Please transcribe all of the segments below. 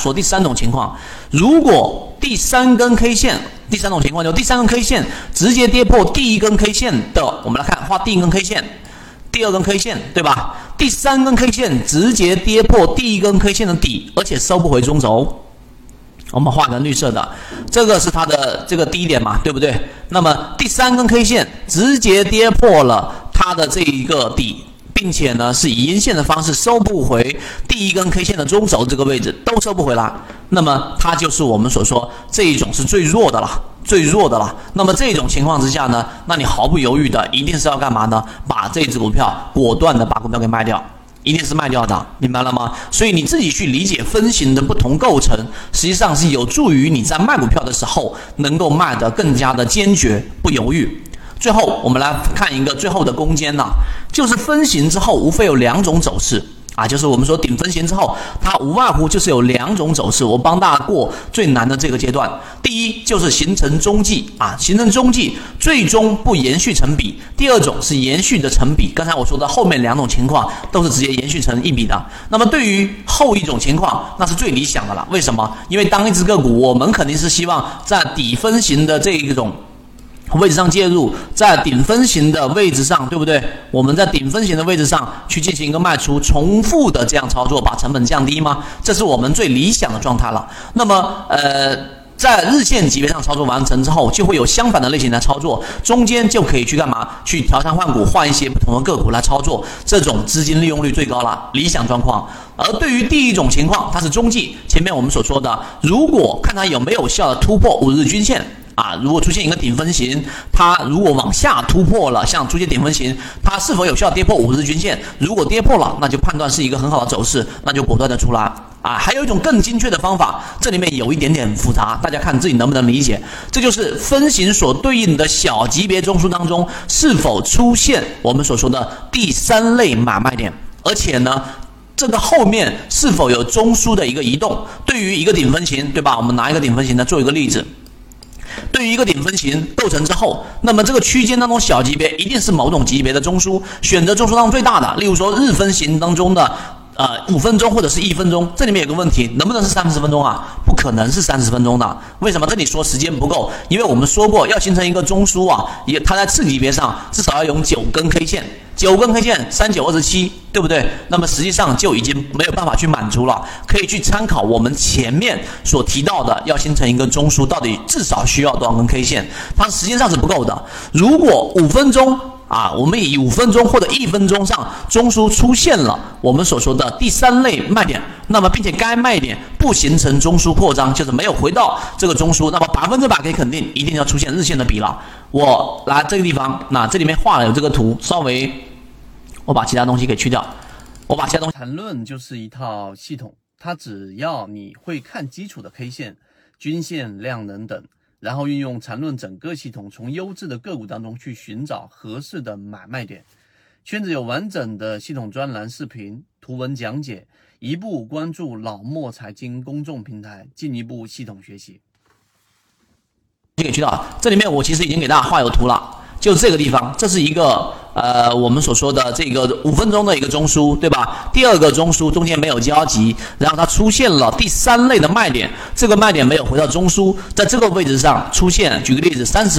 说第三种情况，如果第三根 K 线，第三种情况就第三根 K 线直接跌破第一根 K 线的，我们来看画第一根 K 线，第二根 K 线，对吧？第三根 K 线直接跌破第一根 K 线的底，而且收不回中轴。我们画个绿色的，这个是它的这个低点嘛，对不对？那么第三根 K 线直接跌破了它的这一个底，并且呢是以阴线的方式收不回第一根 K 线的中轴这个位置，都收不回来，那么它就是我们所说这一种是最弱的了。最弱的了。那么这种情况之下呢，那你毫不犹豫的一定是要干嘛呢？把这只股票果断的把股票给卖掉，一定是卖掉的，明白了吗？所以你自己去理解分型的不同构成，实际上是有助于你在卖股票的时候能够卖得更加的坚决不犹豫。最后我们来看一个最后的攻坚呢，就是分型之后无非有两种走势。就是我们说顶分型之后，它无外乎就是有两种走势，我帮大家过最难的这个阶段。第一就是形成中继形成中继最终不延续成比，第二种是延续的成比。刚才我说的后面两种情况都是直接延续成一比的。那么对于后一种情况，那是最理想的了。为什么？因为当一只个股，我们肯定是希望在底分型的这一种位置上介入，在顶分型的位置上，对不对？我们在顶分型的位置上去进行一个卖出，重复的这样操作，把成本降低吗？这是我们最理想的状态了。那么在日线级别上操作完成之后，就会有相反的类型来操作，中间就可以去干嘛？去调仓换股，换一些不同的个股来操作，这种资金利用率最高了，理想状况。而对于第一种情况，它是中继，前面我们所说的，如果看它有没有效的突破5日均线。如果出现一个顶分型，它如果往下突破了，像出现顶分型，它是否有效跌破5日均线？如果跌破了，那就判断是一个很好的走势，那就果断的出来。还有一种更精确的方法，这里面有一点点复杂，大家看自己能不能理解。这就是分型所对应的小级别中枢当中是否出现我们所说的第三类买卖点，而且呢，这个后面是否有中枢的一个移动。对于一个顶分型，对吧？我们拿一个顶分型来做一个例子。对于一个顶分型构成之后，那么这个区间当中小级别一定是某种级别的中枢，选择中枢当中最大的，例如说日分型当中的5分钟或者是1分钟，这里面有个问题，能不能是30分钟不可能是30分钟的。为什么？这里说时间不够，因为我们说过要形成一个中枢它在次级别上至少要有9根 K 线，9根 K 线3927，对不对？那么实际上就已经没有办法去满足了，可以去参考我们前面所提到的，要形成一个中枢到底至少需要多少根 K 线，它时间上是不够的。如果5分钟我们以5分钟或者1分钟上中枢出现了我们所说的第三类卖点，那么并且该卖点不形成中枢扩张，就是没有回到这个中枢，那么100%可以肯定一定要出现日线的比了。我来这个地方，这里面画了有这个图，稍微我把其他东西给去掉，我把其他东西。 缠论就是一套系统，它只要你会看基础的 K 线、均线、量能等，然后运用缠论整个系统，从优质的个股当中去寻找合适的买卖点。圈子有完整的系统专栏、视频、图文讲解，一步关注老墨财经公众平台，进一步系统学习。 给去掉，这里面我其实已经给大家画有图了，就是这个地方，这是一个我们所说的这个5分钟的一个中枢，对吧？第二个中枢中间没有交集，然后它出现了第三类的卖点，这个卖点没有回到中枢，在这个位置上出现，举个例子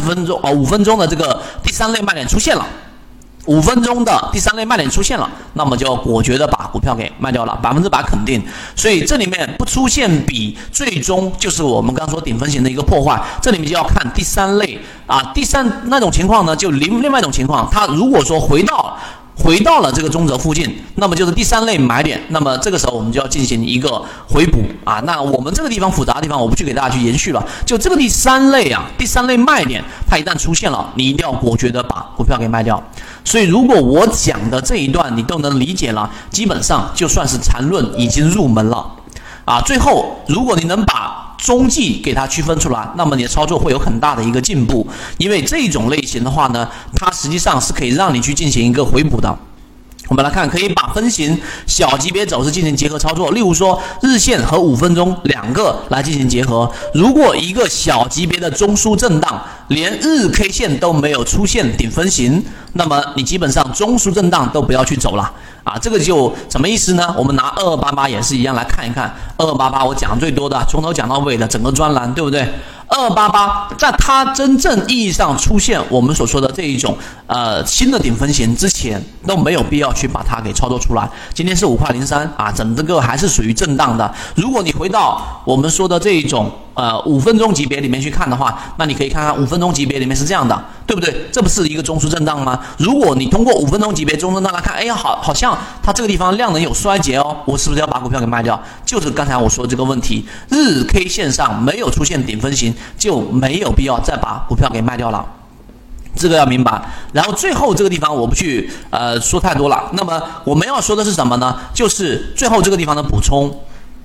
，5分钟的这个第三类卖点出现了。5分钟的第三类卖点出现了，那么就果决的把股票给卖掉了，100%肯定。所以这里面不出现比，最终就是我们刚刚说顶分型的一个破坏。这里面就要看第三类第三那种情况呢，就另外一种情况，它如果说回到了这个中轴附近，那么就是第三类买点，那么这个时候我们就要进行一个回补那我们这个地方复杂的地方我不去给大家去延续了，就这个第三类卖点，它一旦出现了，你一定要果决的把股票给卖掉。所以如果我讲的这一段你都能理解了，基本上就算是缠论已经入门了最后如果你能把中继给它区分出来，那么你的操作会有很大的一个进步，因为这种类型的话呢，它实际上是可以让你去进行一个回补的。 我们来看，可以把分型小级别走势进行结合操作，例如说日线和5分钟两个来进行结合。如果一个小级别的中枢震荡，连日 K 线都没有出现顶分型，那么你基本上中枢震荡都不要去走了啊。这个就什么意思呢？我们拿2288也是一样来看一看，2288我讲最多的，从头讲到尾的整个专栏，对不对？2288在它真正意义上出现我们所说的这一种新的顶分型之前，都没有必要去把它给操作出来。今天是5.03啊，整个还是属于震荡的。如果你回到我们说的这一种5分钟级别里面去看的话，那你可以看看5分钟级别里面是这样的，对不对？这不是一个中枢震荡吗？如果你通过5分钟级别中震荡来看，哎呀，好像它这个地方量能有衰竭哦，我是不是要把股票给卖掉？就是刚才我说的这个问题，日 K 线上没有出现顶分型，就没有必要再把股票给卖掉了。这个要明白。然后最后这个地方我不去说太多了。那么我们要说的是什么呢？就是最后这个地方的补充。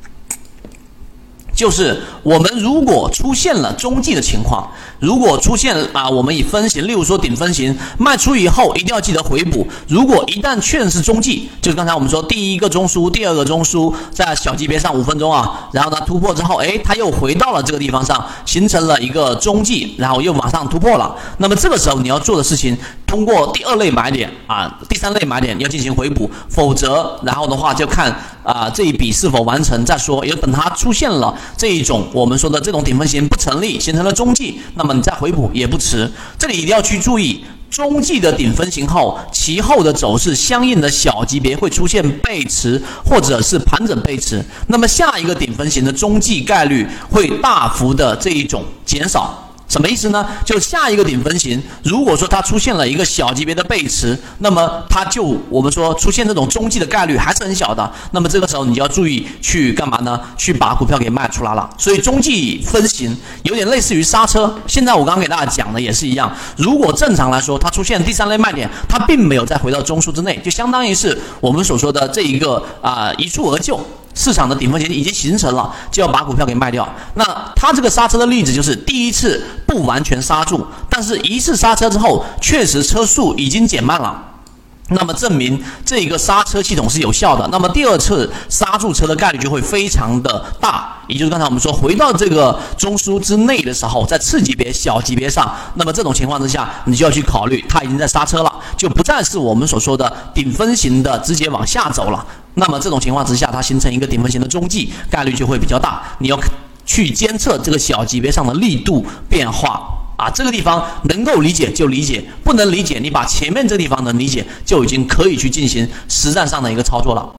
就是我们如果出现了中继的情况，如果出现我们以分型，例如说顶分型卖出以后，一定要记得回补。如果一旦确认是中继，就是刚才我们说第一个中枢、第二个中枢在小级别上5分钟啊，然后呢突破之后，它又回到了这个地方上，形成了一个中继，然后又马上突破了。那么这个时候你要做的事情，通过第2类买点第3类买点要进行回补，否则然后的话就看这一笔是否完成再说，也等它出现了这一种我们说的这种顶分型不成立，形成了中继，那么你再回补也不迟。这里一定要去注意，中继的顶分型后，其后的走势相应的小级别会出现背驰或者是盘整背驰，那么下一个顶分型的中继概率会大幅的这一种减少。什么意思呢？就下一个顶分型，如果说它出现了一个小级别的背驰，那么它就我们说出现这种中继的概率还是很小的。那么这个时候你就要注意去干嘛呢？去把股票给卖出来了。所以中继分型有点类似于刹车。现在我刚刚给大家讲的也是一样，如果正常来说它出现第3类卖点，它并没有再回到中枢之内，就相当于是我们所说的这一个一蹴而就。市场的顶分型已经形成了，就要把股票给卖掉。那它这个刹车的例子就是第一次不完全刹住，但是一次刹车之后，确实车速已经减慢了。那么证明这一个刹车系统是有效的，那么第2次刹住车的概率就会非常的大，也就是刚才我们说回到这个中枢之内的时候，在次级别小级别上，那么这种情况之下你就要去考虑它已经在刹车了，就不再是我们所说的顶分型的直接往下走了。那么这种情况之下，它形成一个顶分型的中继概率就会比较大，你要去监测这个小级别上的力度变化。这个地方能够理解就理解，不能理解你把前面这个地方能理解，就已经可以去进行实战上的一个操作了。